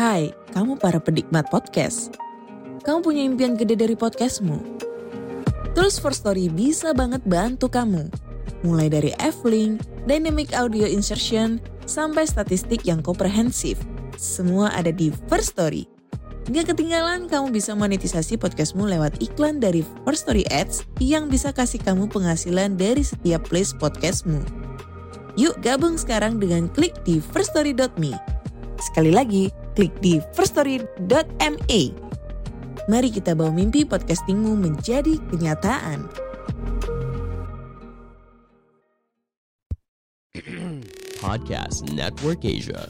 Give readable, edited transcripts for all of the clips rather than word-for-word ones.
Hai, kamu para penikmat podcast. Kamu punya impian gede dari podcastmu? Terus First Story bisa banget bantu kamu. Mulai dari F-Link, Dynamic Audio Insertion, sampai statistik yang komprehensif. Semua ada di First Story. Gak ketinggalan kamu bisa monetisasi podcastmu lewat iklan dari First Story Ads yang bisa kasih kamu penghasilan dari setiap place podcastmu. Yuk gabung sekarang dengan klik di firststory.me. Sekali lagi, klik di firststory.me. Mari kita bawa mimpi podcastingmu menjadi kenyataan. Podcast Network Asia.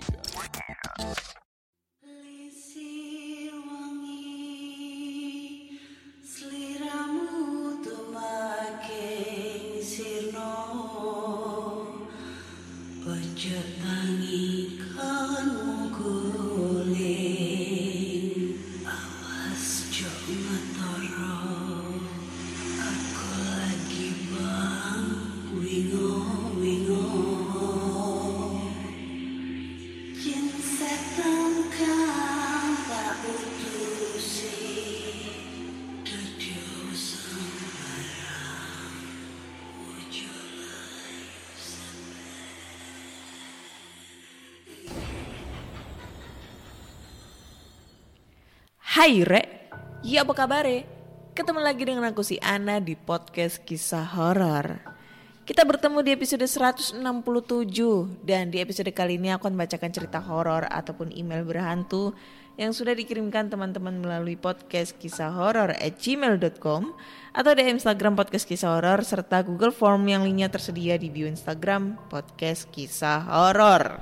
Hai Re, ya apa kabar? Ketemu lagi dengan aku si Ana di podcast kisah horor. Kita bertemu di episode 167 dan di episode kali ini aku akan membacakan cerita horor ataupun email berhantu yang sudah dikirimkan teman-teman melalui podcast kisah horor @gmail.com atau di Instagram podcast kisah horor serta Google Form yang linknya tersedia di bio Instagram podcast kisah horor.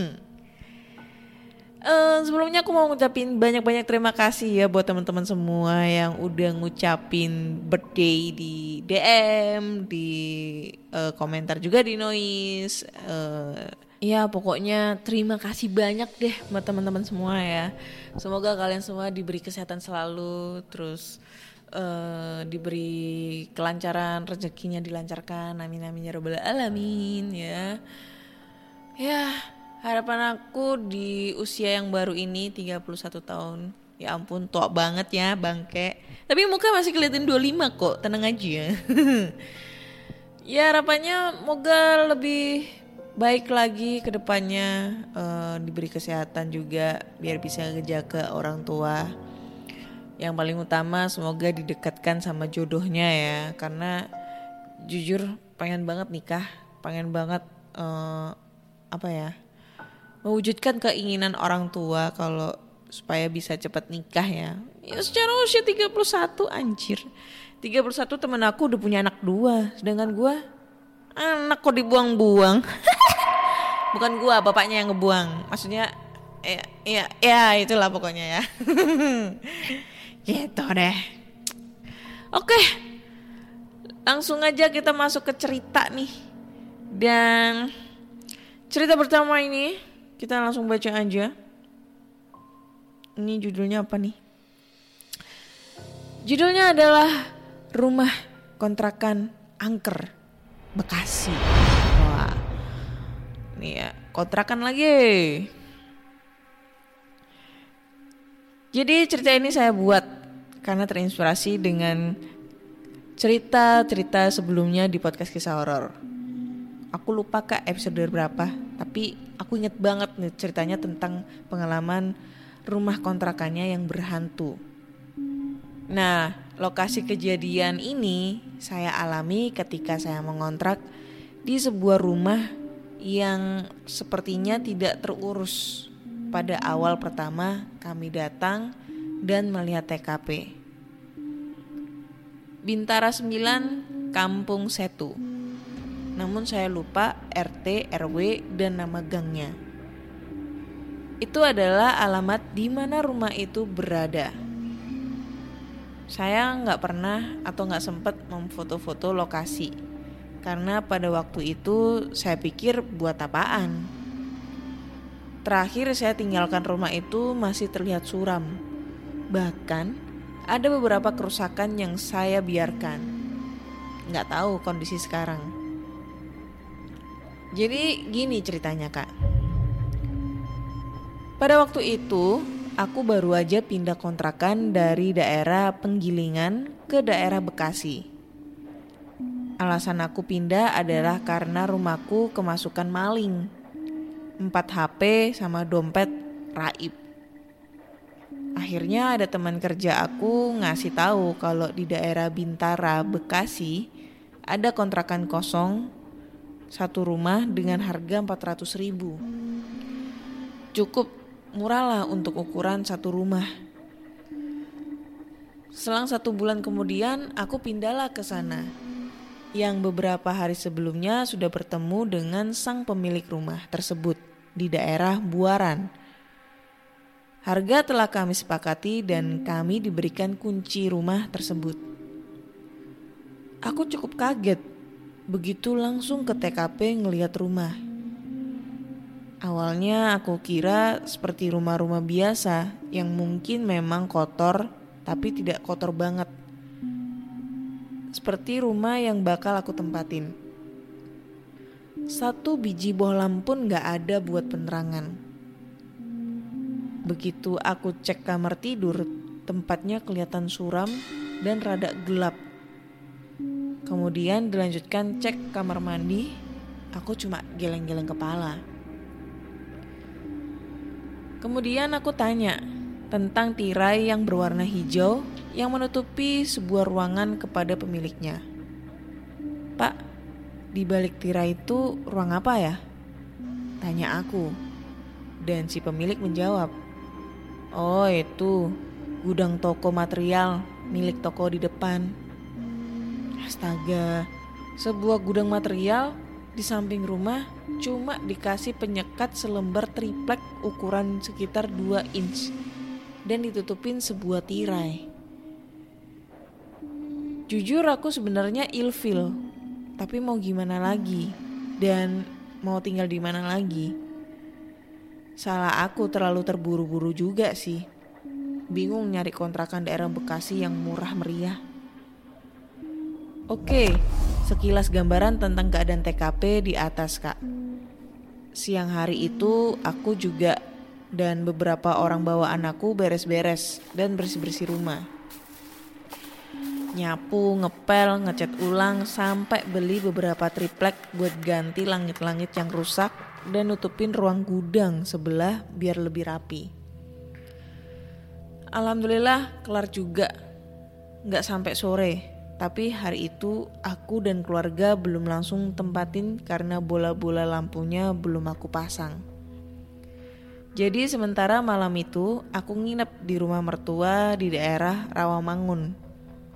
Sebelumnya aku mau ngucapin banyak-banyak terima kasih ya buat teman-teman semua yang udah ngucapin birthday di DM, di komentar juga di noise. Ya pokoknya terima kasih banyak deh buat teman-teman semua ya. Semoga kalian semua diberi kesehatan selalu, terus diberi kelancaran, rezekinya dilancarkan, amin amin ya rabbal alamin ya. Ya, harapan aku di usia yang baru ini 31 tahun. Ya ampun, tua banget ya bangke. Tapi muka masih kelihatan 25 kok, tenang aja. Ya harapannya moga lebih baik lagi ke depannya, diberi kesehatan juga biar bisa ngejaga orang tua. Yang paling utama semoga didekatkan sama jodohnya ya. Karena jujur pengen banget nikah, pengen banget mewujudkan keinginan orang tua kalau supaya bisa cepat nikah ya. Ya secara usia 31 anjir. 31 temen aku udah punya anak 2. Sedangkan gue anak kok dibuang-buang. Bukan gue, bapaknya yang ngebuang. Maksudnya ya itulah pokoknya ya. Gitu deh. Oke. Langsung aja kita masuk ke cerita nih. Dan cerita pertama ini kita langsung baca aja. Ini judulnya apa nih? Judulnya adalah Rumah Kontrakan Angker Bekasi. Wah. Nih ya, kontrakan lagi. Jadi cerita ini saya buat karena terinspirasi dengan cerita-cerita sebelumnya di podcast kisah horor. Aku lupa kak episode berapa, tapi aku inget banget nih ceritanya tentang pengalaman rumah kontrakannya yang berhantu. Nah, lokasi kejadian ini saya alami ketika saya mengontrak di sebuah rumah yang sepertinya tidak terurus pada awal pertama kami datang dan melihat TKP. Bintara 9, Kampung Setu. Namun saya lupa RT, RW, dan nama gangnya. Itu adalah alamat di mana rumah itu berada. Saya nggak pernah atau nggak sempat memfoto-foto lokasi. Karena pada waktu itu saya pikir buat apaan. Terakhir saya tinggalkan rumah itu masih terlihat suram. Bahkan ada beberapa kerusakan yang saya biarkan. Nggak tahu kondisi sekarang. Jadi gini ceritanya kak. Pada waktu itu, aku baru aja pindah kontrakan dari daerah Penggilingan ke daerah Bekasi. Alasan aku pindah adalah karena rumahku kemasukan maling. 4 HP sama dompet raib. Akhirnya ada teman kerja aku ngasih tahu kalau di daerah Bintara, Bekasi ada kontrakan kosong 1 rumah dengan harga 400.000. Cukup murah lah untuk ukuran 1 rumah. Selang 1 bulan kemudian aku pindahlah ke sana. Yang beberapa hari sebelumnya sudah bertemu dengan sang pemilik rumah tersebut di daerah Buaran. Harga telah kami sepakati dan kami diberikan kunci rumah tersebut. Aku cukup kaget, begitu langsung ke TKP ngelihat rumah. Awalnya aku kira seperti rumah-rumah biasa yang mungkin memang kotor tapi tidak kotor banget. Seperti rumah yang bakal aku tempatin. 1 biji bohlam pun gak ada buat penerangan. Begitu aku cek kamar tidur, tempatnya kelihatan suram dan rada gelap. Kemudian dilanjutkan cek kamar mandi, aku cuma geleng-geleng kepala. Kemudian aku tanya tentang tirai yang berwarna hijau yang menutupi sebuah ruangan kepada pemiliknya. Pak, di balik tirai itu ruang apa ya? Tanya aku. Dan si pemilik menjawab, oh itu gudang toko material milik toko di depan. Astaga, sebuah gudang material di samping rumah cuma dikasih penyekat selembar triplek ukuran sekitar 2 inch dan ditutupin sebuah tirai. Jujur aku sebenarnya ilfil, tapi mau gimana lagi dan mau tinggal di mana lagi. Salah aku terlalu terburu-buru juga sih. Bingung nyari kontrakan daerah Bekasi yang murah meriah. Oke, sekilas gambaran tentang keadaan TKP di atas, Kak. Siang hari itu aku juga dan beberapa orang bawaan aku beres-beres dan bersih-bersih rumah. Nyapu, ngepel, ngecat ulang sampai beli beberapa triplek buat ganti langit-langit yang rusak dan nutupin ruang gudang sebelah biar lebih rapi. Alhamdulillah kelar juga. Gak sampai sore, tapi hari itu aku dan keluarga belum langsung tempatin karena bola-bola lampunya belum aku pasang. Jadi sementara malam itu aku nginep di rumah mertua di daerah Rawamangun.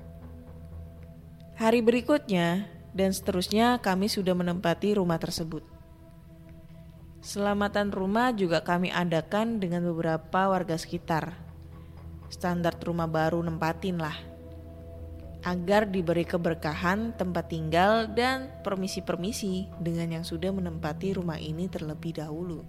Hari berikutnya dan seterusnya kami sudah menempati rumah tersebut. Selamatan rumah juga kami adakan dengan beberapa warga sekitar. Standar rumah baru nempatin lah. Agar diberi keberkahan tempat tinggal dan permisi-permisi dengan yang sudah menempati rumah ini terlebih dahulu.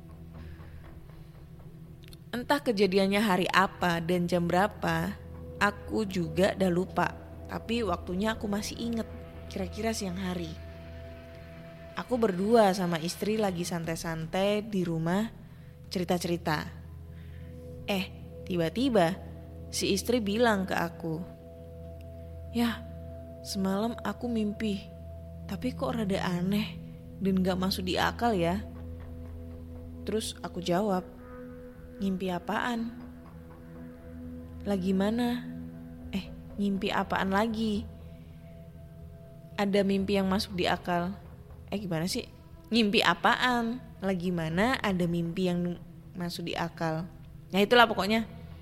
Entah kejadiannya hari apa dan jam berapa, aku juga dah lupa. Tapi waktunya aku masih inget, kira-kira siang hari. Aku berdua sama istri lagi santai-santai di rumah cerita-cerita. Tiba-tiba si istri bilang ke aku, "Yah, semalam aku mimpi, tapi kok rada aneh dan gak masuk di akal ya." Terus aku jawab, "Ngimpi apaan? Lagi mana? Ngimpi apaan lagi? Ada mimpi yang masuk di akal." Gimana sih? Ngimpi apaan? Lagi mana ada mimpi yang masuk di akal? Nah itulah pokoknya.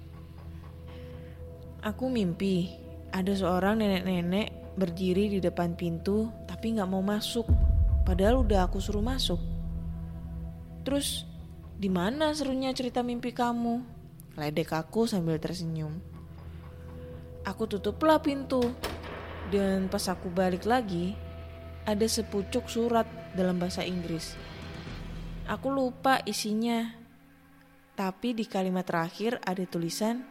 Aku mimpi ada seorang nenek-nenek berdiri di depan pintu tapi gak mau masuk. Padahal udah aku suruh masuk. Terus, di mana serunya cerita mimpi kamu? Ledek aku sambil tersenyum. Aku tutuplah pintu dan pas aku balik lagi ada sepucuk surat dalam bahasa Inggris. Aku lupa isinya, tapi di kalimat terakhir ada tulisan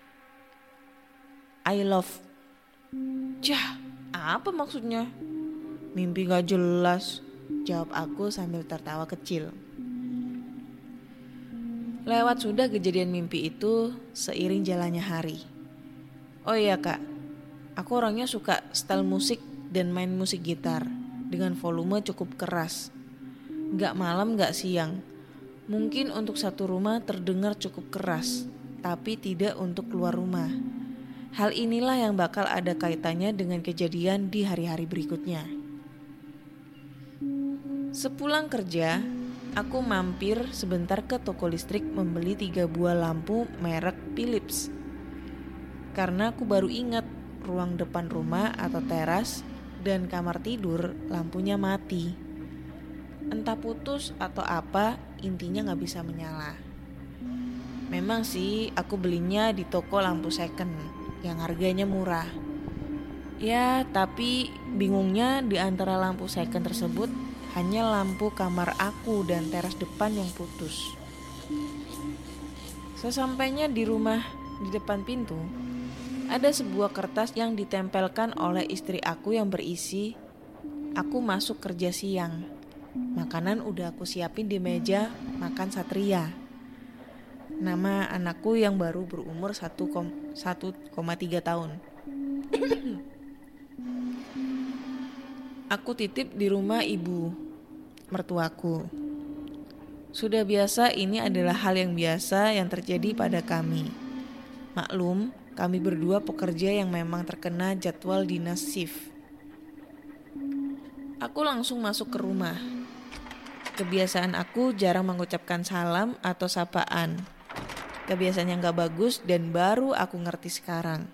I love. Jah, apa maksudnya? Mimpi gak jelas, jawab aku sambil tertawa kecil. Lewat sudah kejadian mimpi itu seiring jalannya hari. Oh iya kak, aku orangnya suka style musik dan main musik gitar dengan volume cukup keras. Gak malam gak siang. Mungkin untuk satu rumah terdengar cukup keras, tapi tidak untuk keluar rumah. Hal inilah yang bakal ada kaitannya dengan kejadian di hari-hari berikutnya. Sepulang kerja, aku mampir sebentar ke toko listrik membeli 3 buah lampu merek Philips. Karena aku baru ingat ruang depan rumah atau teras dan kamar tidur lampunya mati. Entah putus atau apa, intinya gak bisa menyala. Memang sih aku belinya di toko lampu second yang harganya murah. Ya, tapi bingungnya di antara lampu second tersebut hanya lampu kamar aku dan teras depan yang putus. Sesampainya di rumah di depan pintu, ada sebuah kertas yang ditempelkan oleh istri aku yang berisi, "Aku masuk kerja siang. Makanan udah aku siapin di meja makan Satria." Nama anakku yang baru berumur 1,3 tahun. Aku titip di rumah ibu mertuaku. Sudah biasa, ini adalah hal yang biasa yang terjadi pada kami. Maklum, kami berdua pekerja yang memang terkena jadwal dinas shift. Aku langsung masuk ke rumah. Kebiasaan aku jarang mengucapkan salam atau sapaan. Kebiasaan yang gak bagus dan baru aku ngerti sekarang.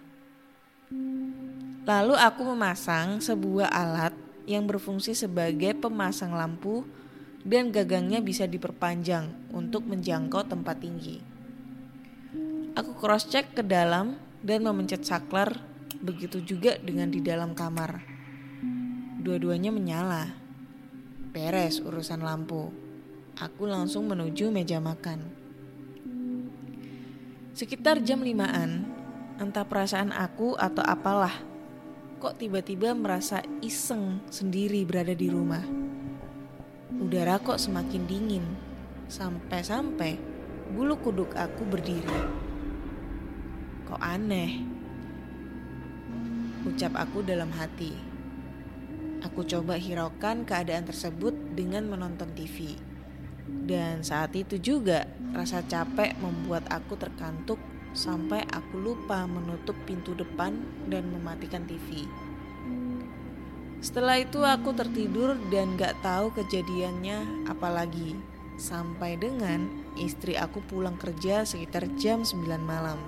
Lalu aku memasang sebuah alat yang berfungsi sebagai pemasang lampu dan gagangnya bisa diperpanjang untuk menjangkau tempat tinggi. Aku cross-check ke dalam dan memencet saklar, begitu juga dengan di dalam kamar. Dua-duanya menyala. Beres urusan lampu. Aku langsung menuju meja makan. Sekitar jam 5-an, entah perasaan aku atau apalah, kok tiba-tiba merasa iseng sendiri berada di rumah. Udara kok semakin dingin, sampai-sampai bulu kuduk aku berdiri. Kok aneh, ucap aku dalam hati. Aku coba hiraukan keadaan tersebut dengan menonton TV. Dan saat itu juga rasa capek membuat aku terkantuk sampai aku lupa menutup pintu depan dan mematikan TV. Setelah itu aku tertidur dan gak tahu kejadiannya apalagi. Sampai dengan istri aku pulang kerja sekitar jam 9 malam.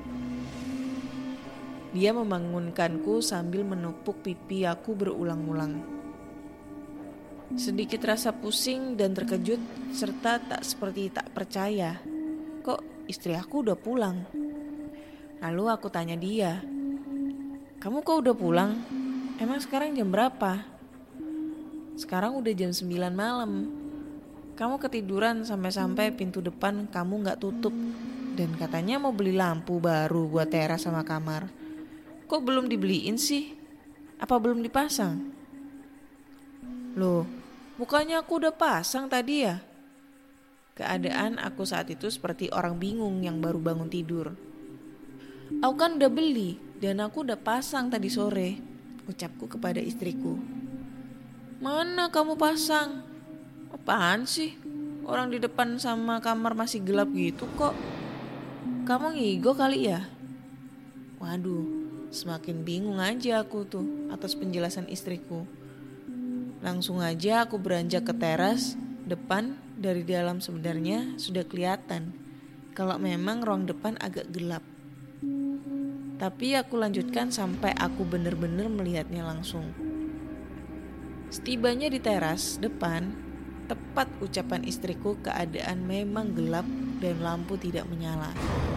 Dia membangunkanku sambil menupuk pipi aku berulang-ulang. Sedikit rasa pusing dan terkejut serta tak percaya. Kok istri aku udah pulang? Lalu aku tanya dia, "Kamu kok udah pulang? Emang sekarang jam berapa?" "Sekarang udah jam 9 malam. Kamu ketiduran sampai-sampai pintu depan kamu gak tutup. Dan katanya mau beli lampu baru buat teras sama kamar. Kok belum dibeliin sih? Apa belum dipasang?" "Loh, bukannya aku udah pasang tadi ya?" Keadaan aku saat itu seperti orang bingung yang baru bangun tidur. "Aku kan udah beli dan aku udah pasang tadi sore," ucapku kepada istriku. "Mana kamu pasang? Apaan sih? Orang di depan sama kamar masih gelap gitu kok. Kamu ngigo kali ya?" Waduh, semakin bingung aja aku tuh atas penjelasan istriku. Langsung aja aku beranjak ke teras depan. Dari dalam sebenarnya sudah kelihatan kalau memang ruang depan agak gelap. Tapi aku lanjutkan sampai aku benar-benar melihatnya langsung. Setibanya di teras depan, tepat ucapan istriku, keadaan memang gelap dan lampu tidak menyala.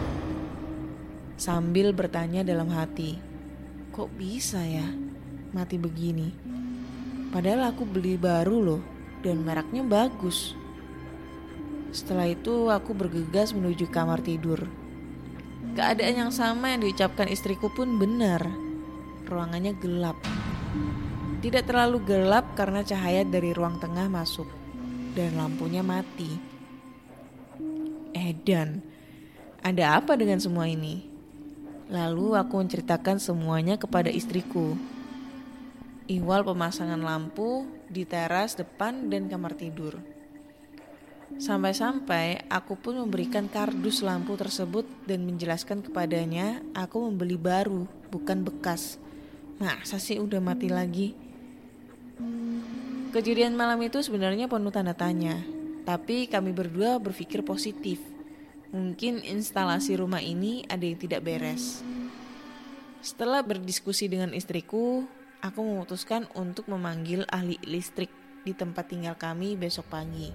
Sambil bertanya dalam hati, kok bisa ya mati begini? Padahal aku beli baru loh dan mereknya bagus. Setelah itu aku bergegas menuju kamar tidur. Keadaan yang sama yang diucapkan istriku pun benar. Ruangannya gelap. Tidak terlalu gelap karena cahaya dari ruang tengah masuk dan lampunya mati. Edan, ada apa dengan semua ini? Lalu aku menceritakan semuanya kepada istriku. Ihwal pemasangan lampu di teras depan dan kamar tidur. Sampai-sampai aku pun memberikan kardus lampu tersebut dan menjelaskan kepadanya aku membeli baru, bukan bekas. Masa sih udah mati lagi? Kejadian malam itu sebenarnya penuh tanda tanya, tapi kami berdua berpikir positif. Mungkin instalasi rumah ini ada yang tidak beres. Setelah berdiskusi dengan istriku, aku memutuskan untuk memanggil ahli listrik di tempat tinggal kami besok pagi.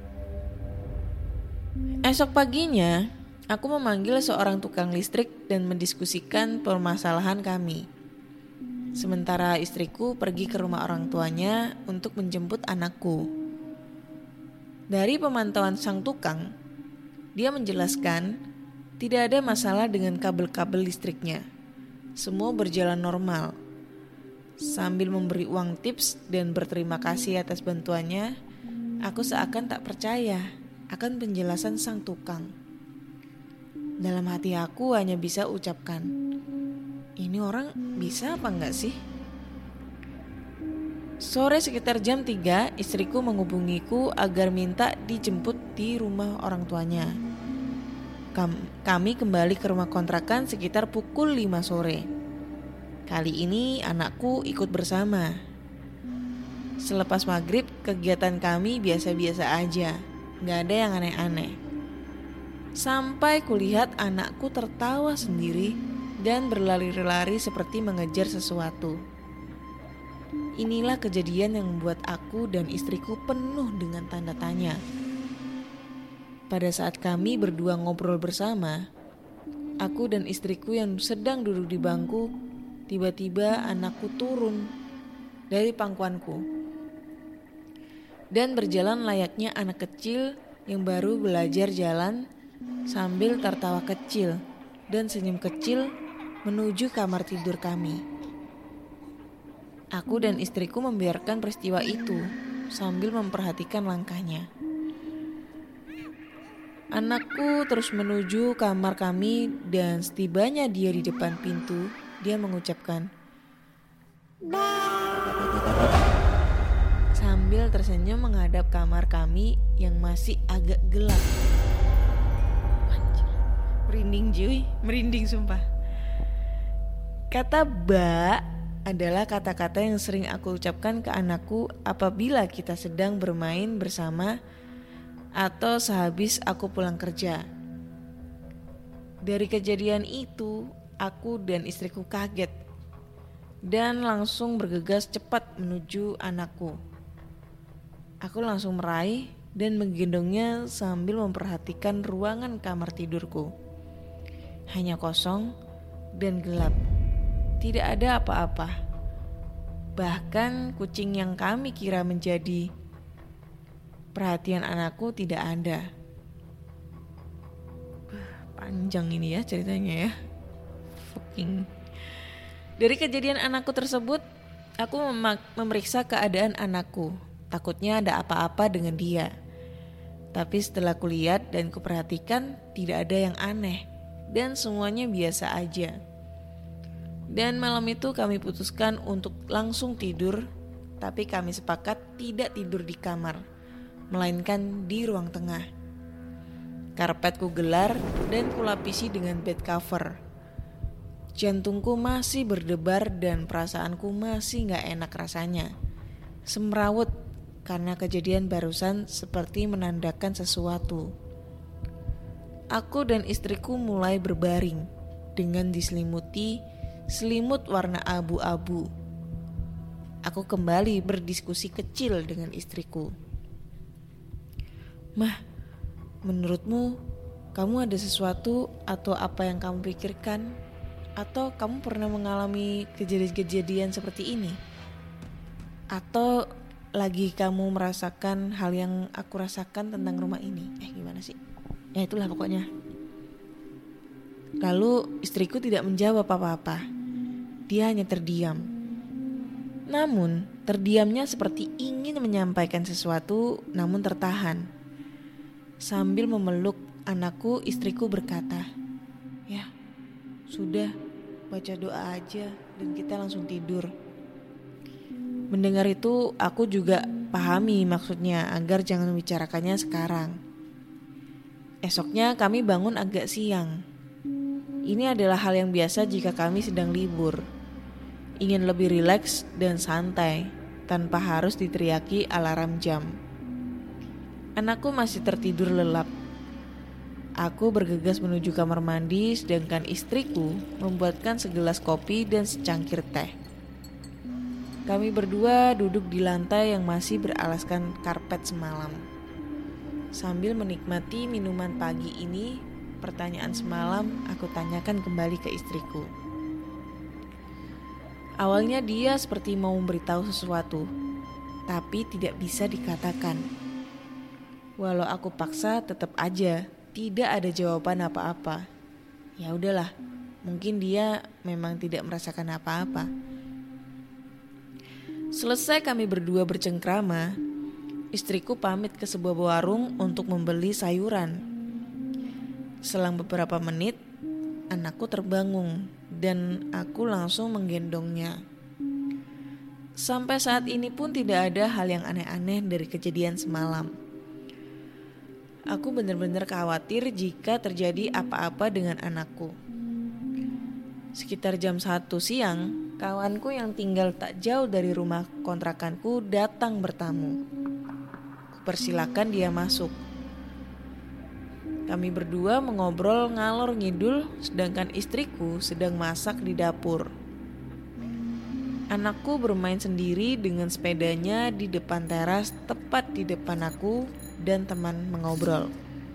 Esok paginya, aku memanggil seorang tukang listrik dan mendiskusikan permasalahan kami. Sementara istriku pergi ke rumah orang tuanya untuk menjemput anakku. Dari pemantauan sang tukang, dia menjelaskan tidak ada masalah dengan kabel-kabel listriknya. Semua berjalan normal. Sambil memberi uang tips dan berterima kasih atas bantuannya, aku seakan tak percaya akan penjelasan sang tukang. Dalam hati aku hanya bisa ucapkan, ini orang bisa apa enggak sih? Sore sekitar jam 3, istriku menghubungiku agar minta dijemput di rumah orang tuanya. Kami kembali ke rumah kontrakan sekitar pukul 5 sore. Kali ini anakku ikut bersama. Selepas maghrib, kegiatan kami biasa-biasa aja, gak ada yang aneh-aneh. Sampai kulihat anakku tertawa sendiri dan berlari-lari seperti mengejar sesuatu. Inilah kejadian yang membuat aku dan istriku penuh dengan tanda tanya. Pada saat kami berdua ngobrol bersama, aku dan istriku yang sedang duduk di bangku, tiba-tiba anakku turun dari pangkuanku dan berjalan layaknya anak kecil yang baru belajar jalan sambil tertawa kecil dan senyum kecil menuju kamar tidur kami. Aku dan istriku membiarkan peristiwa itu sambil memperhatikan langkahnya. Anakku terus menuju kamar kami dan setibanya dia di depan pintu, dia mengucapkan sambil tersenyum menghadap kamar kami yang masih agak gelap. Merinding cuy, merinding sumpah. Kata ba adalah kata-kata yang sering aku ucapkan ke anakku apabila kita sedang bermain bersama atau sehabis aku pulang kerja. Dari kejadian itu, aku dan istriku kaget dan langsung bergegas cepat menuju anakku. Aku langsung meraih dan menggendongnya sambil memperhatikan ruangan kamar tidurku. Hanya kosong dan gelap. Tidak ada apa-apa. Bahkan kucing yang kami kira menjadi perhatian anakku tidak ada. Panjang ini ya ceritanya ya. Dari kejadian anakku tersebut, aku memeriksa keadaan anakku. Takutnya ada apa-apa dengan dia. Tapi setelah kulihat dan kuperhatikan, tidak ada yang aneh dan semuanya biasa aja. Dan malam itu kami putuskan untuk langsung tidur, tapi kami sepakat tidak tidur di kamar, melainkan di ruang tengah. Karpetku gelar dan kulapisi dengan bed cover. Jantungku masih berdebar dan perasaanku masih gak enak rasanya. Semrawut karena kejadian barusan seperti menandakan sesuatu. Aku dan istriku mulai berbaring dengan diselimuti selimut warna abu-abu. Aku kembali berdiskusi kecil dengan istriku. Mah, menurutmu kamu ada sesuatu atau apa yang kamu pikirkan? Atau kamu pernah mengalami kejadian-kejadian seperti ini? Atau lagi kamu merasakan hal yang aku rasakan tentang rumah ini? Gimana sih? Ya itulah pokoknya. Lalu istriku tidak menjawab apa-apa. Dia hanya terdiam. Namun terdiamnya seperti ingin menyampaikan sesuatu namun tertahan. Sambil memeluk anakku, istriku berkata, "Ya, sudah, baca doa aja dan kita langsung tidur." Mendengar itu aku juga pahami maksudnya agar jangan membicarakannya sekarang. Esoknya kami bangun agak siang. Ini adalah hal yang biasa jika kami sedang libur. Ingin lebih rileks dan santai tanpa harus diteriaki alarm jam. Anakku masih tertidur lelap. Aku bergegas menuju kamar mandi sedangkan istriku membuatkan segelas kopi dan secangkir teh. Kami berdua duduk di lantai yang masih beralaskan karpet semalam. Sambil menikmati minuman pagi ini, pertanyaan semalam aku tanyakan kembali ke istriku. Awalnya dia seperti mau memberitahu sesuatu, tapi tidak bisa dikatakan. Walau aku paksa, tetap aja tidak ada jawaban apa-apa. Ya udahlah, mungkin dia memang tidak merasakan apa-apa. Selesai kami berdua bercengkrama, istriku pamit ke sebuah warung untuk membeli sayuran. Selang beberapa menit, anakku terbangun dan aku langsung menggendongnya. Sampai saat ini pun tidak ada hal yang aneh-aneh dari kejadian semalam. Aku benar-benar khawatir jika terjadi apa-apa dengan anakku. Sekitar jam 1 siang, kawanku yang tinggal tak jauh dari rumah kontrakanku datang bertamu. Kupersilakan dia masuk. Kami berdua mengobrol ngalor ngidul sedangkan istriku sedang masak di dapur. Anakku bermain sendiri dengan sepedanya di depan teras tepat di depan aku dan teman mengobrol.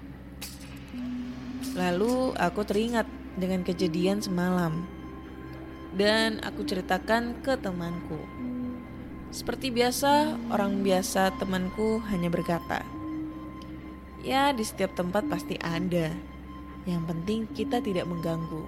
Lalu aku teringat dengan kejadian semalam dan aku ceritakan ke temanku. Seperti biasa, orang biasa temanku hanya berkata, "Ya, di setiap tempat pasti ada. Yang penting kita tidak mengganggu."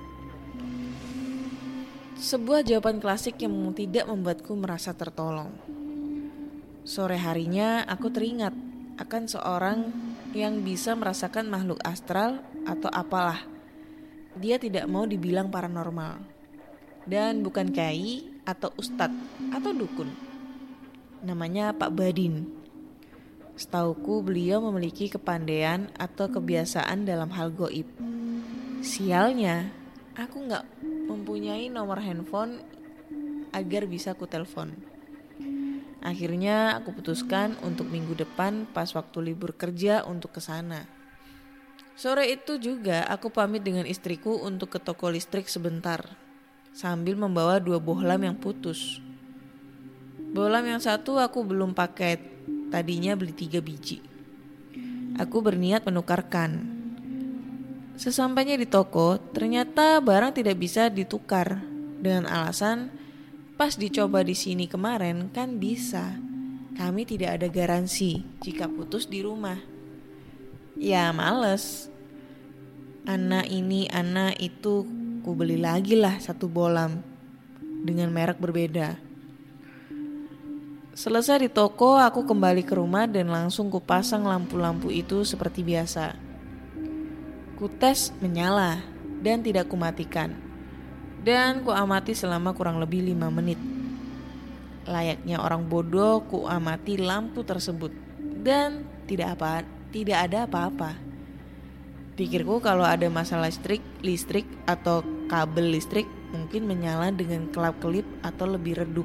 Sebuah jawaban klasik yang tidak membuatku merasa tertolong. Sore harinya aku teringat akan seorang yang bisa merasakan makhluk astral atau apalah. Dia tidak mau dibilang paranormal. Dan bukan kiai atau ustadz atau dukun. Namanya Pak Badin. Setauku beliau memiliki kepandaian atau kebiasaan dalam hal goib. Sialnya, aku gak mempunyai nomor handphone agar bisa ku telepon. Akhirnya aku putuskan untuk minggu depan pas waktu libur kerja untuk kesana. Sore itu juga aku pamit dengan istriku untuk ke toko listrik sebentar, sambil membawa 2 bohlam yang putus. Bohlam yang satu aku belum pakai, tadinya beli 3 biji. Aku berniat menukarkan. Sesampainya di toko, ternyata barang tidak bisa ditukar dengan alasan pas dicoba di sini kemarin kan bisa. Kami tidak ada garansi jika putus di rumah. Ya males. Ana ini, ana itu, ku beli lagi lah 1 bohlam dengan merek berbeda. Selesai di toko, aku kembali ke rumah dan langsung kupasang lampu-lampu itu seperti biasa. Kutes menyala dan tidak kumatikan. Dan kuamati selama kurang lebih 5 menit. Layaknya orang bodoh, kuamati lampu tersebut dan tidak ada apa-apa. Pikirku kalau ada masalah listrik atau kabel listrik mungkin menyala dengan kelap-kelip atau lebih redup.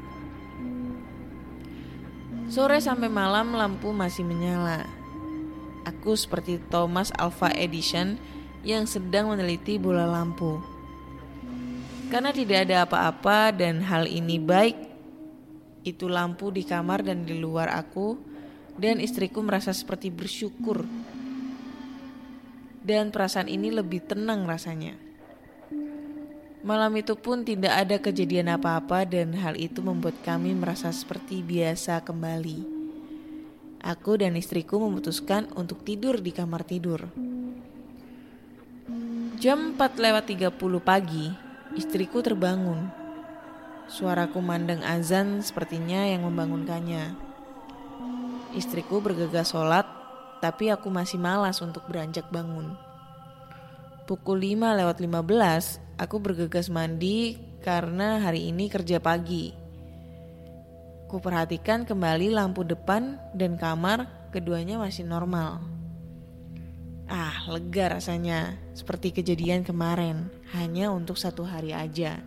Sore sampai malam lampu masih menyala. Aku seperti Thomas Alva Edison yang sedang meneliti bola lampu. Karena tidak ada apa-apa dan hal ini baik itu lampu di kamar dan di luar aku dan istriku merasa seperti bersyukur. Dan perasaan ini lebih tenang rasanya. Malam itu pun tidak ada kejadian apa-apa dan hal itu membuat kami merasa seperti biasa kembali. Aku dan istriku memutuskan untuk tidur di kamar tidur. Jam 4:30 pagi, istriku terbangun. Suara kumandang azan sepertinya yang membangunkannya. Istriku bergegas sholat, tapi aku masih malas untuk beranjak bangun. Pukul 5:15 aku bergegas mandi karena hari ini kerja pagi. Kuperhatikan kembali lampu depan dan kamar, keduanya masih normal. Lega rasanya, seperti kejadian kemarin, hanya untuk 1 hari aja.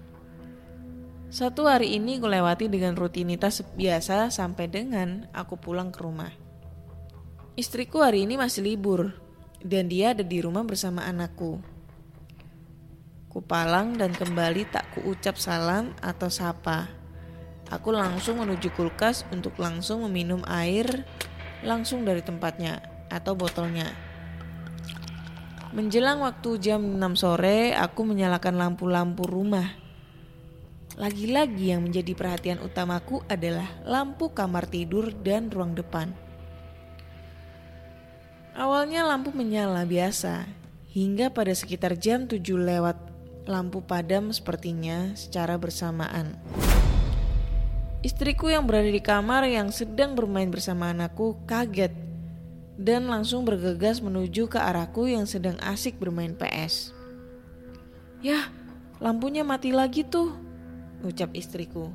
1 hari ini kulewati dengan rutinitas biasa sampai dengan aku pulang ke rumah. Istriku hari ini masih libur dan dia ada di rumah bersama anakku. Kupalang dan kembali tak kuucap salam atau sapa. Aku langsung menuju kulkas untuk langsung meminum air langsung dari tempatnya atau botolnya. Menjelang waktu jam 6 sore, aku menyalakan lampu-lampu rumah. Lagi-lagi yang menjadi perhatian utamaku adalah lampu kamar tidur dan ruang depan. Awalnya lampu menyala biasa, hingga pada sekitar jam 7 lewat lampu padam sepertinya secara bersamaan. Istriku yang berada di kamar yang sedang bermain bersama anakku kaget dan langsung bergegas menuju ke arahku yang sedang asik bermain PS. "Yah, lampunya mati lagi tuh," ucap istriku.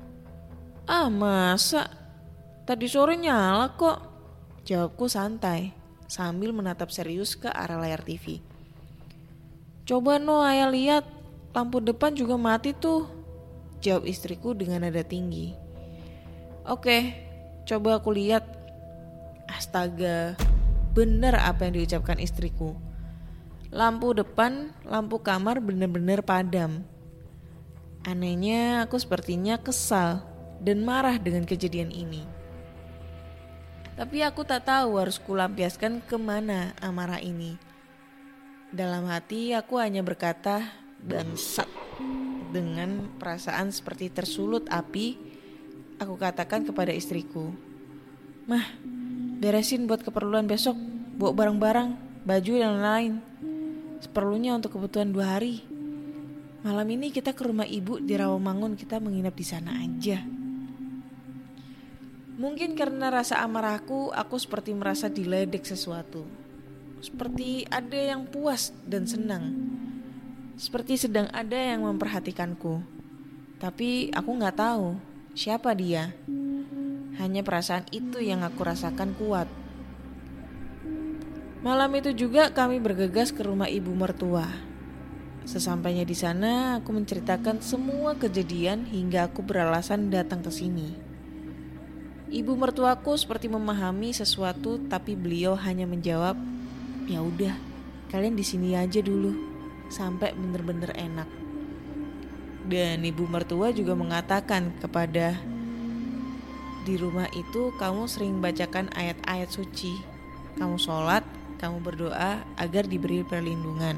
Masa? Tadi sore nyala kok," jawabku santai sambil menatap serius ke arah layar TV. "Coba no ayah lihat, lampu depan juga mati tuh," jawab istriku dengan nada tinggi. "Oke, coba aku lihat." Astaga, benar apa yang diucapkan istriku. Lampu depan, lampu kamar benar-benar padam. Anehnya aku sepertinya kesal dan marah dengan kejadian ini. Tapi aku tak tahu harus kulampiaskan kemana amarah ini. Dalam hati aku hanya berkata, "Bangsat." Dengan perasaan seperti tersulut api, aku katakan kepada istriku, "Mah, beresin buat keperluan besok, bawa barang-barang, baju dan lain-lain. Seperlunya untuk kebutuhan 2 hari. Malam ini kita ke rumah ibu di Rawamangun, kita menginap di sana aja." Mungkin karena rasa amarahku, aku seperti merasa diledek sesuatu. Seperti ada yang puas dan senang. Seperti sedang ada yang memperhatikanku. Tapi aku gak tahu siapa dia. Hanya perasaan itu yang aku rasakan kuat. Malam itu juga kami bergegas ke rumah ibu mertua. Sesampainya di sana, aku menceritakan semua kejadian hingga aku beralasan datang ke sini. Ibu mertuaku seperti memahami sesuatu, tapi beliau hanya menjawab, "Ya udah, kalian di sini aja dulu sampai bener-bener enak." Dan ibu mertua juga mengatakan kepada, "Di rumah itu kamu sering bacakan ayat-ayat suci. Kamu sholat, kamu berdoa agar diberi perlindungan."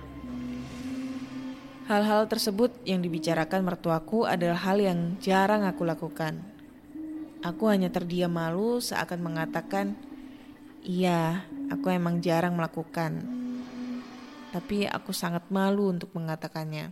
Hal-hal tersebut yang dibicarakan mertuaku adalah hal yang jarang aku lakukan. Aku hanya terdiam malu seakan mengatakan, "Iya, aku emang jarang melakukan." Tapi aku sangat malu untuk mengatakannya.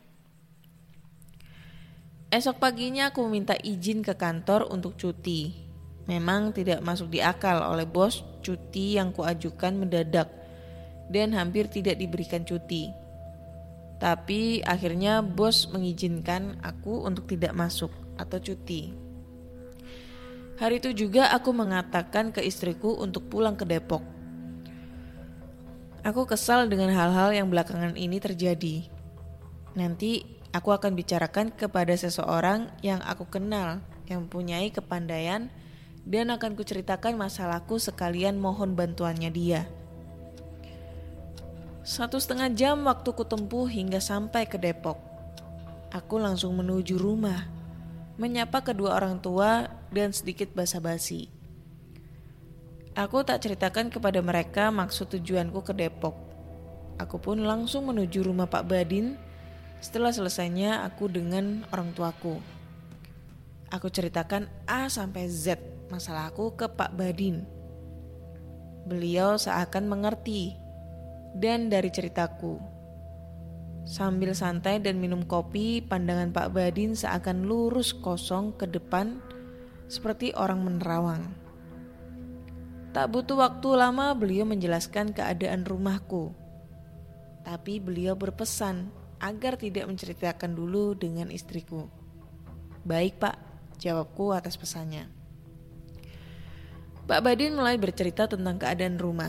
Esok paginya aku meminta izin ke kantor untuk cuti. Memang tidak masuk di akal oleh bos cuti yang kuajukan mendadak dan hampir tidak diberikan cuti. Tapi akhirnya bos mengizinkan aku untuk tidak masuk atau cuti. Hari itu juga aku mengatakan ke istriku untuk pulang ke Depok. Aku kesal dengan hal-hal yang belakangan ini terjadi. Nanti aku akan bicarakan kepada seseorang yang aku kenal, yang mempunyai kepandaian, dan akan kuceritakan masalahku sekalian mohon bantuannya dia. 1,5 jam waktu kutempuh hingga sampai ke Depok. Aku langsung menuju rumah, menyapa kedua orang tua dan sedikit basa-basi. Aku tak ceritakan kepada mereka maksud tujuanku ke Depok. Aku pun langsung menuju rumah Pak Badin. Setelah selesainya aku dengan orang tuaku. Aku ceritakan A sampai Z masalahku ke Pak Badin. Beliau seakan mengerti. Dan dari ceritaku, sambil santai dan minum kopi, pandangan Pak Badin seakan lurus kosong ke depan seperti orang menerawang. Tak butuh waktu lama beliau menjelaskan keadaan rumahku. Tapi beliau berpesan agar tidak menceritakan dulu dengan istriku. Baik Pak, jawabku atas pesannya. Pak Badin mulai bercerita tentang keadaan rumah.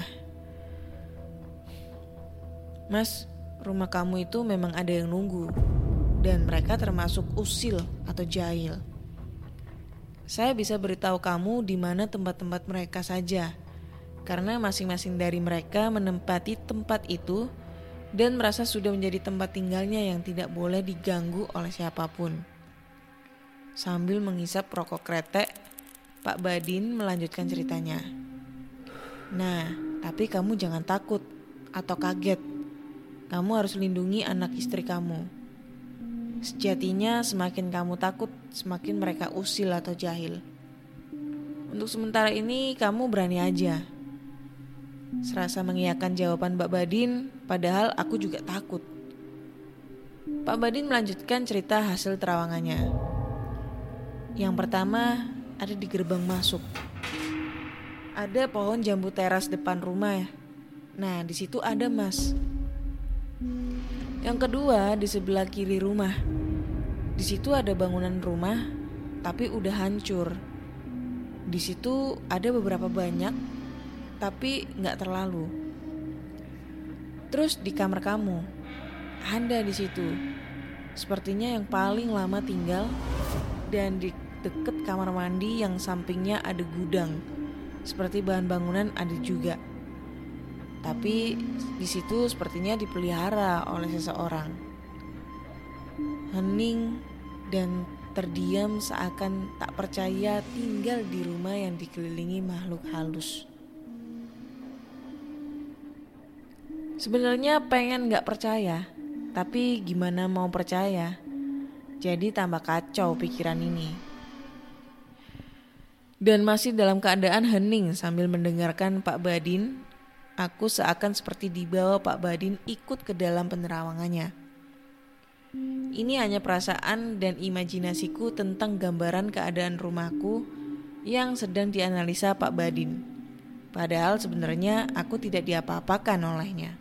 Mas, rumah kamu itu memang ada yang nunggu. Dan mereka termasuk usil atau jahil. Saya bisa beritahu kamu di mana tempat-tempat mereka saja. Karena masing-masing dari mereka menempati tempat itu dan merasa sudah menjadi tempat tinggalnya yang tidak boleh diganggu oleh siapapun. Sambil menghisap rokok kretek, Pak Badin melanjutkan ceritanya. Nah, tapi kamu jangan takut atau kaget. Kamu harus lindungi anak istri kamu. Sejatinya semakin kamu takut, semakin mereka usil atau jahil. Untuk sementara ini kamu berani aja. Serasa mengiyakan jawaban Pak Badin, padahal aku juga takut. Pak Badin melanjutkan cerita hasil terawangannya. Yang pertama, ada di gerbang masuk. Ada pohon jambu teras depan rumah. Nah, di situ ada Mas. Yang kedua, di sebelah kiri rumah. Di situ ada bangunan rumah, tapi udah hancur. Di situ ada beberapa banyak, tapi nggak terlalu. Terus di kamar kamu, ada di situ. Sepertinya yang paling lama tinggal, dan di deket kamar mandi yang sampingnya ada gudang. Seperti bahan bangunan ada juga. Tapi di situ sepertinya dipelihara oleh seseorang. Hening dan terdiam seakan tak percaya tinggal di rumah yang dikelilingi makhluk halus. Sebenarnya pengen gak percaya, tapi gimana mau percaya? Jadi tambah kacau pikiran ini. Dan masih dalam keadaan hening sambil mendengarkan Pak Badin, aku seakan seperti dibawa Pak Badin ikut ke dalam penerawangannya. Ini hanya perasaan dan imajinasiku tentang gambaran keadaan rumahku yang sedang dianalisa Pak Badin. Padahal sebenarnya aku tidak diapa-apakan olehnya.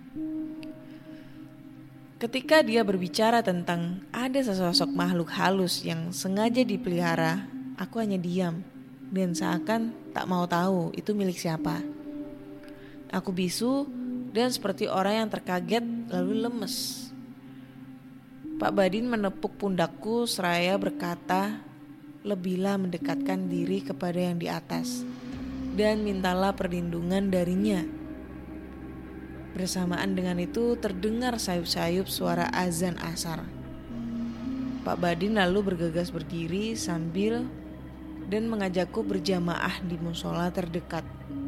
Ketika dia berbicara tentang ada sesosok makhluk halus yang sengaja dipelihara, aku hanya diam dan seakan tak mau tahu itu milik siapa. Aku bisu dan seperti orang yang terkaget lalu lemes. Pak Badin menepuk pundakku seraya berkata, lebihlah mendekatkan diri kepada yang di atas dan mintalah perlindungan darinya. Bersamaan dengan itu terdengar sayup-sayup suara azan asar. Pak Badin lalu bergegas berdiri sambil dan mengajakku berjamaah di musola terdekat.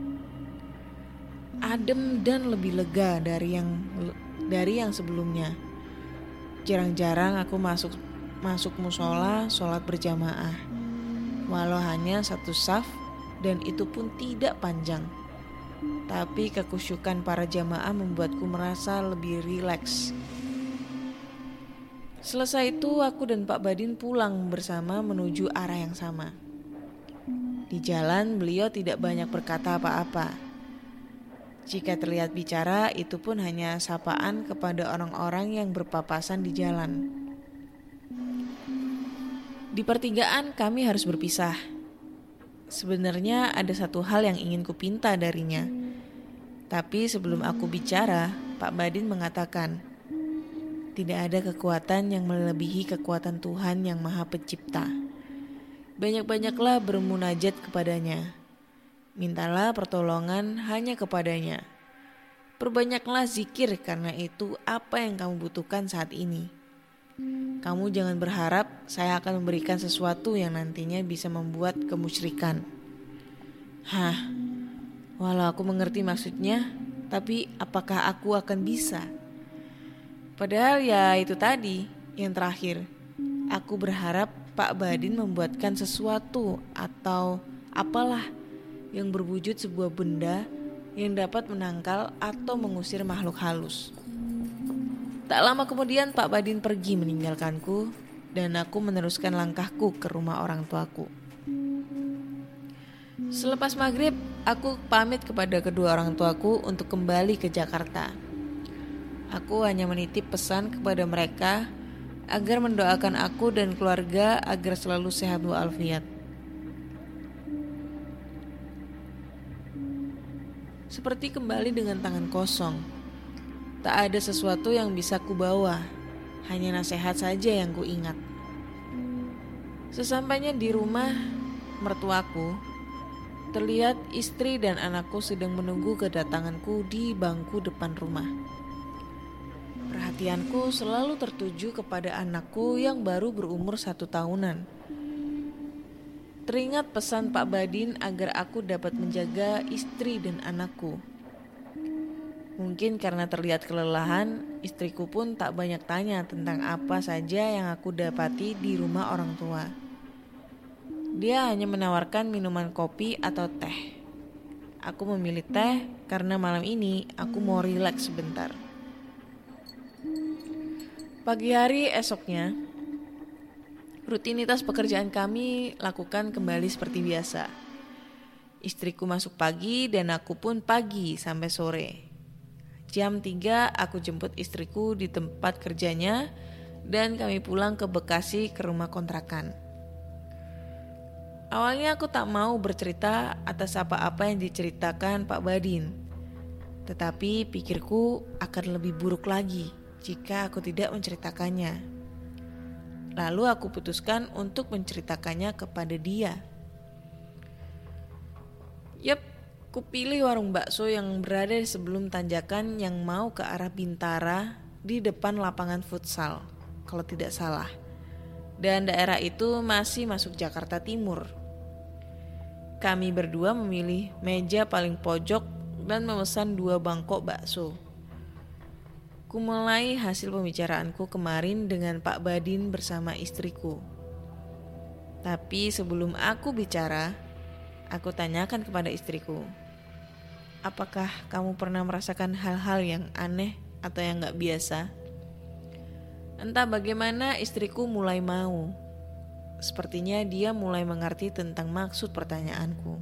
Adem dan lebih lega dari yang sebelumnya. Jarang-jarang aku masuk musola sholat berjamaah, walau hanya satu saf dan itu pun tidak panjang. Tapi kekusyukan para jamaah membuatku merasa lebih rileks. Selesai itu aku dan Pak Badin pulang bersama menuju arah yang sama. Di jalan beliau tidak banyak berkata apa-apa. Jika terlihat bicara, itu pun hanya sapaan kepada orang-orang yang berpapasan di jalan. Di pertigaan kami harus berpisah. Sebenarnya ada satu hal yang ingin kupinta darinya. Tapi sebelum aku bicara, Pak Badin mengatakan, tidak ada kekuatan yang melebihi kekuatan Tuhan yang Maha Pencipta. Banyak-banyaklah bermunajat kepadanya. Mintalah pertolongan hanya kepadanya. Perbanyaklah zikir karena itu apa yang kamu butuhkan saat ini. Kamu jangan berharap saya akan memberikan sesuatu yang nantinya bisa membuat kemusyrikan. Walau aku mengerti maksudnya, tapi apakah aku akan bisa? Padahal ya itu tadi, yang terakhir. Aku berharap Pak Badin membuatkan sesuatu atau apalah yang berwujud sebuah benda yang dapat menangkal atau mengusir makhluk halus. Tak lama kemudian Pak Badin pergi meninggalkanku dan aku meneruskan langkahku ke rumah orang tuaku. Selepas maghrib, aku pamit kepada kedua orang tuaku untuk kembali ke Jakarta. Aku hanya menitip pesan kepada mereka agar mendoakan aku dan keluarga agar selalu sehat walafiat. Seperti kembali dengan tangan kosong. Tak ada sesuatu yang bisa kubawa, hanya nasihat saja yang kuingat. Sesampainya di rumah mertuaku, terlihat istri dan anakku sedang menunggu kedatanganku di bangku depan rumah. Perhatianku selalu tertuju kepada anakku yang baru berumur 1 tahunan. Teringat pesan Pak Badin agar aku dapat menjaga istri dan anakku. Mungkin karena terlihat kelelahan, istriku pun tak banyak tanya tentang apa saja yang aku dapati di rumah orang tua. Dia hanya menawarkan minuman kopi atau teh. Aku memilih teh karena malam ini aku mau rileks sebentar. Pagi hari esoknya, rutinitas pekerjaan kami lakukan kembali seperti biasa. Istriku masuk pagi dan aku pun pagi sampai sore. Jam 3 aku jemput istriku di tempat kerjanya dan kami pulang ke Bekasi ke rumah kontrakan. Awalnya aku tak mau bercerita atas apa-apa yang diceritakan Pak Badin. Tetapi pikirku akan lebih buruk lagi jika aku tidak menceritakannya. Lalu aku putuskan untuk menceritakannya kepada dia. Kupilih warung bakso yang berada sebelum tanjakan yang mau ke arah Bintara di depan lapangan futsal, kalau tidak salah. Dan daerah itu masih masuk Jakarta Timur. Kami berdua memilih meja paling pojok dan memesan 2 bangkok bakso. Kumulai hasil pembicaraanku kemarin dengan Pak Badin bersama istriku. Tapi sebelum aku bicara, aku tanyakan kepada istriku, apakah kamu pernah merasakan hal-hal yang aneh atau yang gak biasa? Entah bagaimana istriku mulai mau. Sepertinya dia mulai mengerti tentang maksud pertanyaanku.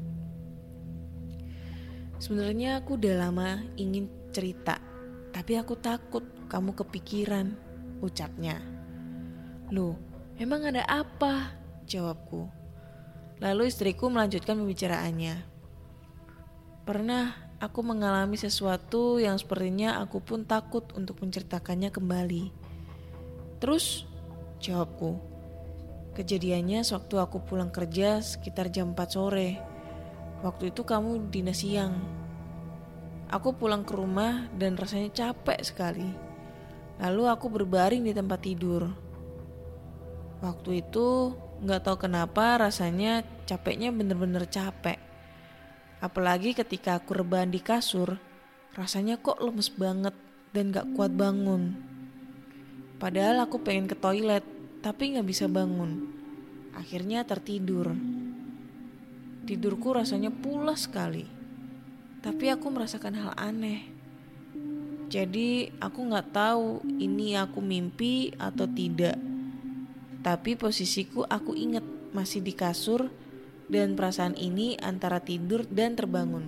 Sebenarnya aku udah lama ingin cerita, tapi aku takut kamu kepikiran, ucapnya. Loh, emang ada apa? Jawabku. Lalu istriku melanjutkan pembicaraannya. Pernah aku mengalami sesuatu yang sepertinya aku pun takut untuk menceritakannya kembali. Terus, jawabku. Kejadiannya sewaktu aku pulang kerja sekitar jam 4 sore. Waktu itu kamu dinas siang. Aku pulang ke rumah dan rasanya capek sekali. Lalu aku berbaring di tempat tidur. Waktu itu gak tahu kenapa rasanya capeknya bener-bener capek. Apalagi ketika aku rebahan di kasur, rasanya kok lemes banget dan gak kuat bangun. Padahal aku pengen ke toilet, tapi gak bisa bangun. Akhirnya tertidur. Tidurku rasanya pulas sekali. Tapi aku merasakan hal aneh. Jadi aku gak tahu ini aku mimpi atau tidak. Tapi posisiku aku ingat masih di kasur. Dan perasaan ini antara tidur dan terbangun.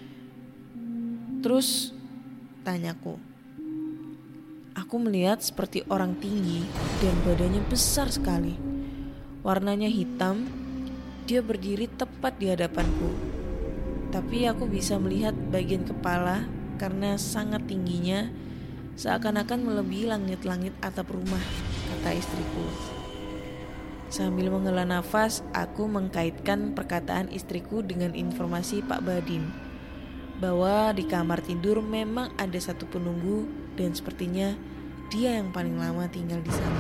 Terus tanyaku, aku melihat seperti orang tinggi dan badannya besar sekali. Warnanya hitam. Dia berdiri tepat di hadapanku. Tapi aku bisa melihat bagian kepala karena sangat tingginya, seakan-akan melebihi langit-langit atap rumah, kata istriku. Sambil menghela nafas, aku mengkaitkan perkataan istriku dengan informasi Pak Badin, bahwa di kamar tidur memang ada satu penunggu dan sepertinya dia yang paling lama tinggal di sana.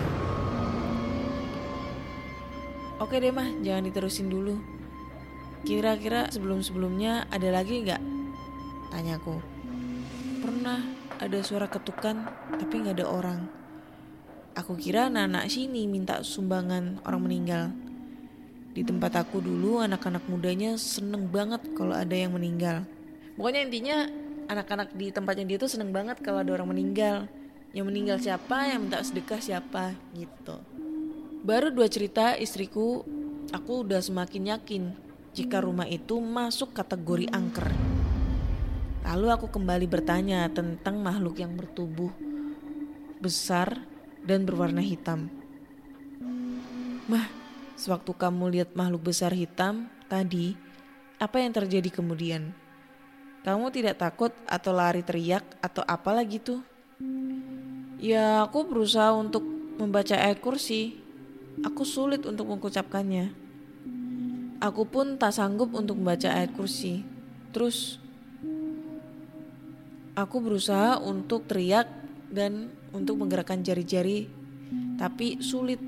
Oke deh mah, jangan diterusin dulu. Kira-kira sebelum-sebelumnya ada lagi gak? Tanyaku. Pernah ada suara ketukan tapi gak ada orang. Aku kira anak-anak sini minta sumbangan orang meninggal. Di tempat aku dulu anak-anak mudanya seneng banget kalau ada yang meninggal. Pokoknya intinya anak-anak di tempatnya dia tuh seneng banget kalau ada orang meninggal. Yang meninggal siapa, yang minta sedekah siapa gitu. Baru 2 cerita istriku, aku udah semakin yakin jika rumah itu masuk kategori angker. Lalu aku kembali bertanya tentang makhluk yang bertubuh besar, dan berwarna hitam. Mah, sewaktu kamu lihat makhluk besar hitam tadi, apa yang terjadi kemudian? Kamu tidak takut atau lari teriak atau apalah gitu? Ya, aku berusaha untuk membaca ayat kursi. Aku sulit untuk mengucapkannya. Aku pun tak sanggup untuk membaca ayat kursi. Terus, aku berusaha untuk teriak dan untuk menggerakkan jari-jari, tapi sulit.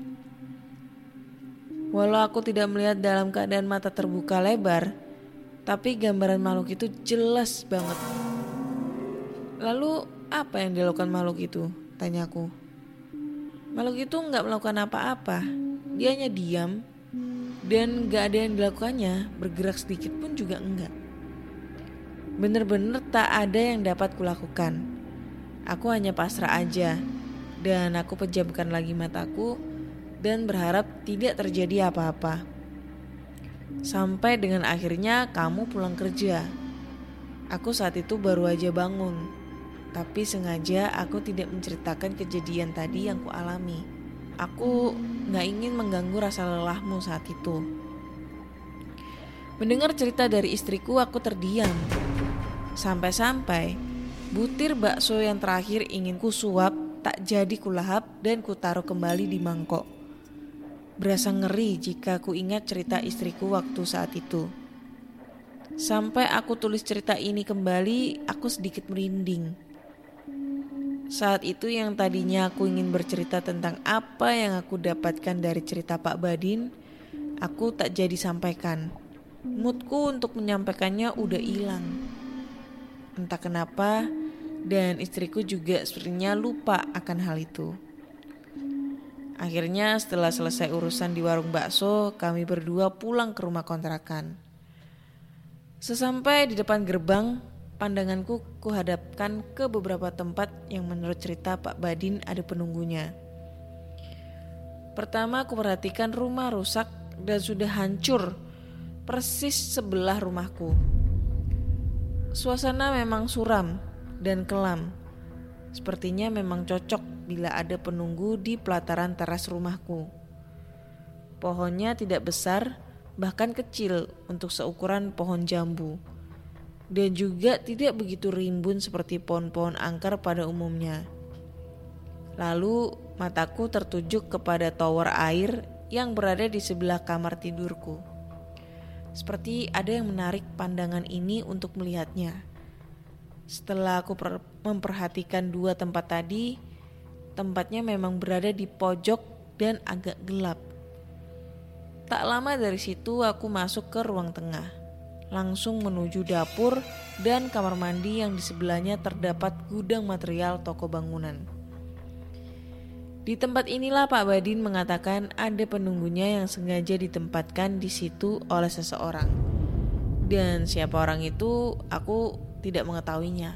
Walau aku tidak melihat dalam keadaan mata terbuka lebar, tapi gambaran makhluk itu jelas banget. Lalu apa yang dilakukan makhluk itu? Tanyaku. Makhluk itu gak melakukan apa-apa. Dia hanya diam dan gak ada yang dilakukannya. Bergerak sedikit pun juga enggak. Bener-bener tak ada yang dapat kulakukan. Aku hanya pasrah aja. Dan aku pejamkan lagi mataku dan berharap tidak terjadi apa-apa. Sampai dengan akhirnya kamu pulang kerja. Aku saat itu baru aja bangun. Tapi sengaja aku tidak menceritakan kejadian tadi yang kualami. Aku gak ingin mengganggu rasa lelahmu saat itu. Mendengar cerita dari istriku, aku terdiam. Sampai-sampai butir bakso yang terakhir ingin kusuap tak jadi kulahap dan kutaruh kembali di mangkok. Berasa ngeri jika ku ingat cerita istriku waktu saat itu. Sampai aku tulis cerita ini kembali, aku sedikit merinding. Saat itu yang tadinya aku ingin bercerita tentang apa yang aku dapatkan dari cerita Pak Badin, aku tak jadi sampaikan. Moodku untuk menyampaikannya udah hilang. Entah kenapa, dan istriku juga sepertinya lupa akan hal itu. Akhirnya setelah selesai urusan di warung bakso, kami berdua pulang ke rumah kontrakan. Sesampai di depan gerbang, pandanganku kuhadapkan ke beberapa tempat yang menurut cerita Pak Badin ada penunggunya. Pertama aku perhatikan rumah rusak dan sudah hancur, persis sebelah rumahku. Suasana memang suram dan kelam. Sepertinya memang cocok bila ada penunggu di pelataran teras rumahku. Pohonnya tidak besar, bahkan kecil untuk seukuran pohon jambu. Dan juga tidak begitu rimbun seperti pohon-pohon angker pada umumnya. Lalu mataku tertuju kepada tower air yang berada di sebelah kamar tidurku. Seperti ada yang menarik pandangan ini untuk melihatnya. Setelah aku memperhatikan dua tempat tadi, tempatnya memang berada di pojok dan agak gelap. Tak lama dari situ aku masuk ke ruang tengah. Langsung menuju dapur dan kamar mandi yang di sebelahnya terdapat gudang material toko bangunan. Di tempat inilah Pak Badin mengatakan ada penunggunya yang sengaja ditempatkan di situ oleh seseorang. Dan siapa orang itu aku tidak mengetahuinya.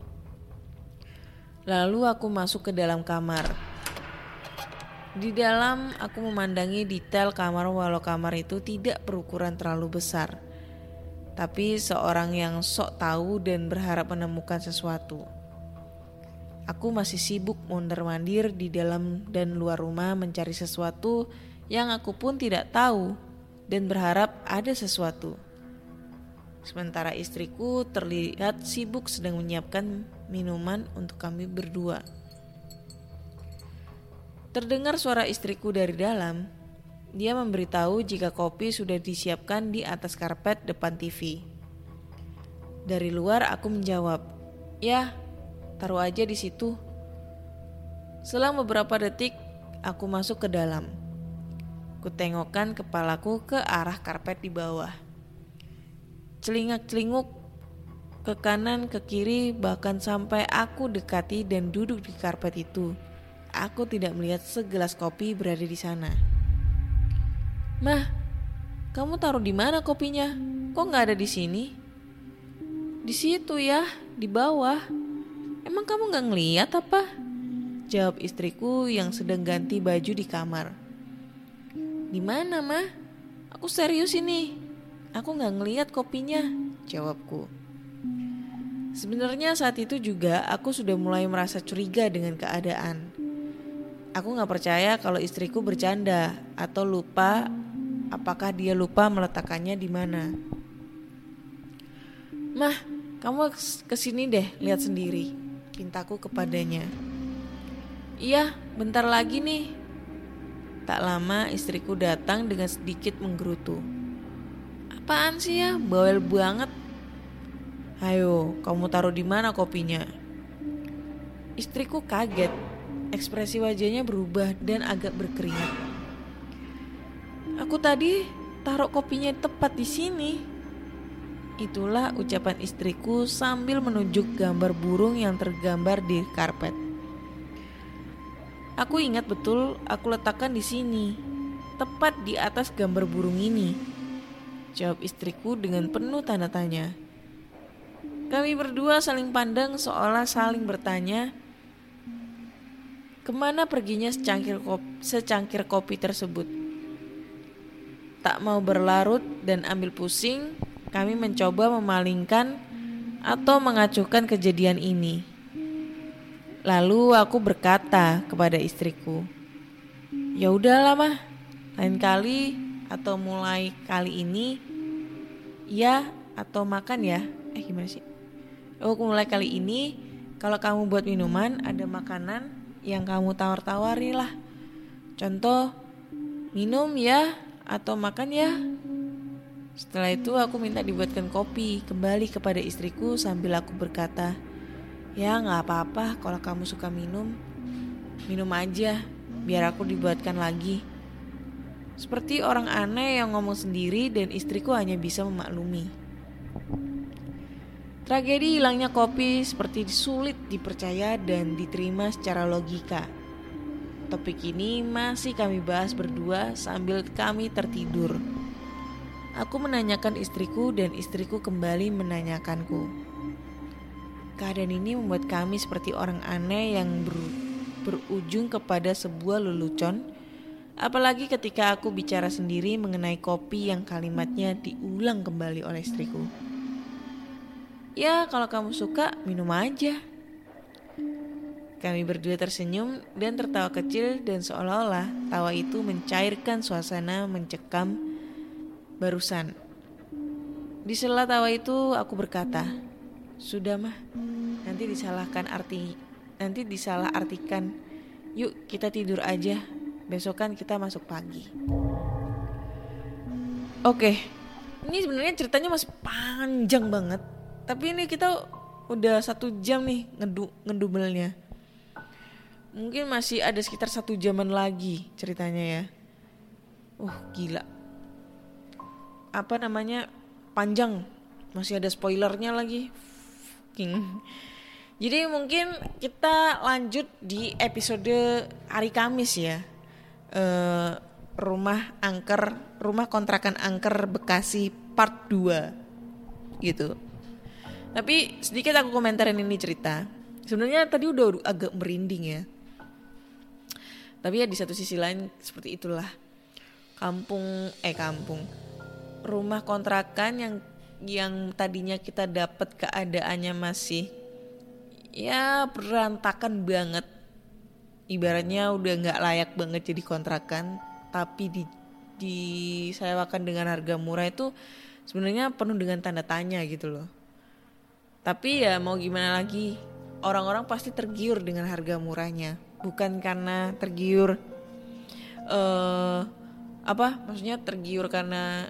Lalu aku masuk ke dalam kamar. Di dalam aku memandangi detail kamar walau kamar itu tidak berukuran terlalu besar. Tapi seorang yang sok tahu dan berharap menemukan sesuatu. Aku masih sibuk mondar-mandir di dalam dan luar rumah mencari sesuatu yang aku pun tidak tahu dan berharap ada sesuatu. Sementara istriku terlihat sibuk sedang menyiapkan minuman untuk kami berdua. Terdengar suara istriku dari dalam. Dia memberitahu jika kopi sudah disiapkan di atas karpet depan TV. Dari luar aku menjawab, "Ya, taruh aja di situ." Selang beberapa detik, aku masuk ke dalam. Kutengokkan kepalaku ke arah karpet di bawah. Celingak-celinguk ke kanan, ke kiri, bahkan sampai aku dekati dan duduk di karpet itu. Aku tidak melihat segelas kopi berada di sana. "Mah, kamu taruh di mana kopinya? Kok nggak ada di sini?" "Di situ ya, di bawah." "Emang kamu nggak ngeliat apa?" jawab istriku yang sedang ganti baju di kamar. "Di mana, Mah? Aku serius ini. Aku nggak ngeliat kopinya," jawabku. Sebenarnya saat itu juga aku sudah mulai merasa curiga dengan keadaan. aku gak percaya kalau istriku bercanda atau lupa. Apakah dia lupa meletakkannya di mana? Mah, kamu kesini deh, lihat sendiri, pintaku kepadanya. Iya, bentar lagi nih. Tak lama istriku datang dengan sedikit menggerutu. Apaan sih ya, bawel banget. Ayo, kamu taruh di mana kopinya? Istriku kaget, ekspresi wajahnya berubah dan agak berkeringat. Aku tadi taruh kopinya tepat di sini. Itulah ucapan istriku sambil menunjuk gambar burung yang tergambar di karpet. Aku ingat betul aku letakkan di sini, tepat di atas gambar burung ini. Jawab istriku dengan penuh tanda tanya. Kami berdua saling pandang seolah saling bertanya, kemana perginya secangkir kopi tersebut? Tak mau berlarut dan ambil pusing, kami mencoba memalingkan atau mengacuhkan kejadian ini. Lalu aku berkata kepada istriku, ya udahlah mah, lain kali atau mulai kali ini, ya atau makan ya. Gimana sih? Mulai kali ini, kalau kamu buat minuman, ada makanan yang kamu tawar-tawari lah. Contoh, minum ya atau makan ya. Setelah itu aku minta dibuatkan kopi kembali kepada istriku sambil aku berkata, ya gak apa-apa kalau kamu suka minum aja, biar aku dibuatkan lagi. Seperti orang aneh yang ngomong sendiri dan istriku hanya bisa memaklumi. Tragedi hilangnya kopi seperti sulit dipercaya dan diterima secara logika. Topik ini masih kami bahas berdua sambil kami tertidur. Aku menanyakan istriku dan istriku kembali menanyakanku. Keadaan ini membuat kami seperti orang aneh yang berujung kepada sebuah lelucon, apalagi ketika aku bicara sendiri mengenai kopi yang kalimatnya diulang kembali oleh istriku. Ya, kalau kamu suka, minum aja. Kami berdua tersenyum dan tertawa kecil dan seolah-olah tawa itu mencairkan suasana mencekam barusan. Di sela tawa itu aku berkata, sudah mah, nanti disalah artikan. Yuk kita tidur aja, besokan kita masuk pagi. Oke, ini sebenarnya ceritanya masih panjang banget, tapi ini kita udah 1 jam nih ngedumelnya. Mungkin masih ada sekitar 1 jaman lagi ceritanya ya. Gila. Panjang. Masih ada spoilernya lagi. Jadi mungkin kita lanjut di episode hari Kamis ya. Rumah kontrakan angker Bekasi part 2 gitu. Tapi sedikit aku komentarin ini cerita. Sebenarnya tadi udah agak merinding ya. Tapi ya di satu sisi lain seperti itulah. Rumah kontrakan yang tadinya kita dapat keadaannya masih ya berantakan banget. Ibaratnya udah gak layak banget jadi kontrakan, tapi disewakan dengan harga murah itu sebenarnya penuh dengan tanda tanya gitu loh. Tapi ya mau gimana lagi, orang-orang pasti tergiur dengan harga murahnya. Bukan karena tergiur tergiur karena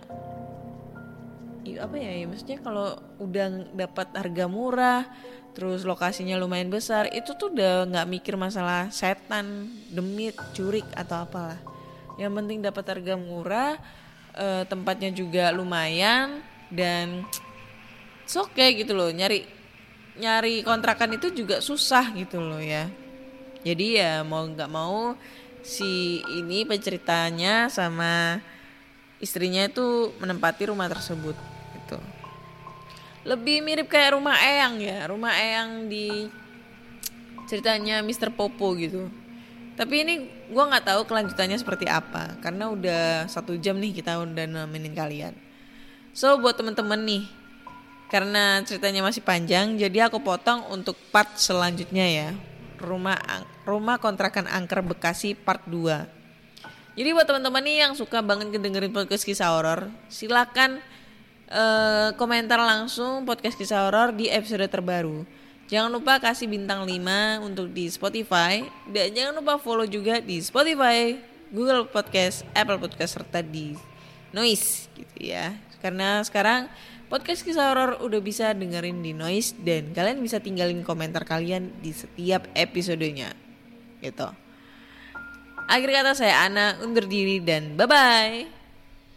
maksudnya kalau udah dapat harga murah terus lokasinya lumayan besar, itu tuh udah nggak mikir masalah setan, demit, curik atau apalah. Yang penting dapat harga murah, tempatnya juga lumayan dan okay gitu loh. Nyari kontrakan itu juga susah gitu loh ya. Jadi ya mau nggak mau si ini penceritanya sama istrinya itu menempati rumah tersebut gitu. Lebih mirip kayak rumah Eyang ya, rumah Eyang di ceritanya Mr. Popo gitu. Tapi ini gue nggak tahu kelanjutannya seperti apa karena udah 1 jam nih kita udah nemenin kalian. So buat temen-temen nih, karena ceritanya masih panjang, jadi aku potong untuk part selanjutnya ya. Rumah Kontrakan Angker Bekasi part 2. Jadi buat teman-teman nih yang suka banget dengerin podcast kisah horor, silakan komentar langsung podcast kisah horor di episode terbaru. Jangan lupa kasih bintang 5 untuk di Spotify, dan jangan lupa follow juga di Spotify, Google Podcast, Apple Podcast, serta di Noise gitu ya. Karena sekarang podcast kisah horor udah bisa dengerin di Noise, dan kalian bisa tinggalin komentar kalian di setiap episodenya gitu. Akhir kata saya Ana undur diri dan bye-bye.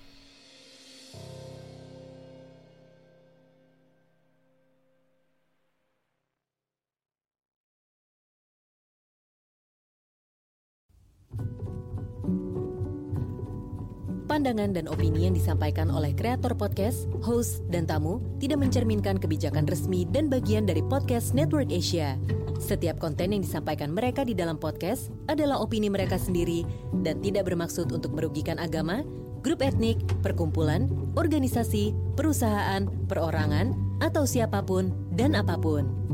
Pandangan dan opini yang disampaikan oleh kreator podcast, host, dan tamu tidak mencerminkan kebijakan resmi dan bagian dari Podcast Network Asia. Setiap konten yang disampaikan mereka di dalam podcast adalah opini mereka sendiri dan tidak bermaksud untuk merugikan agama, grup etnik, perkumpulan, organisasi, perusahaan, perorangan, atau siapapun dan apapun.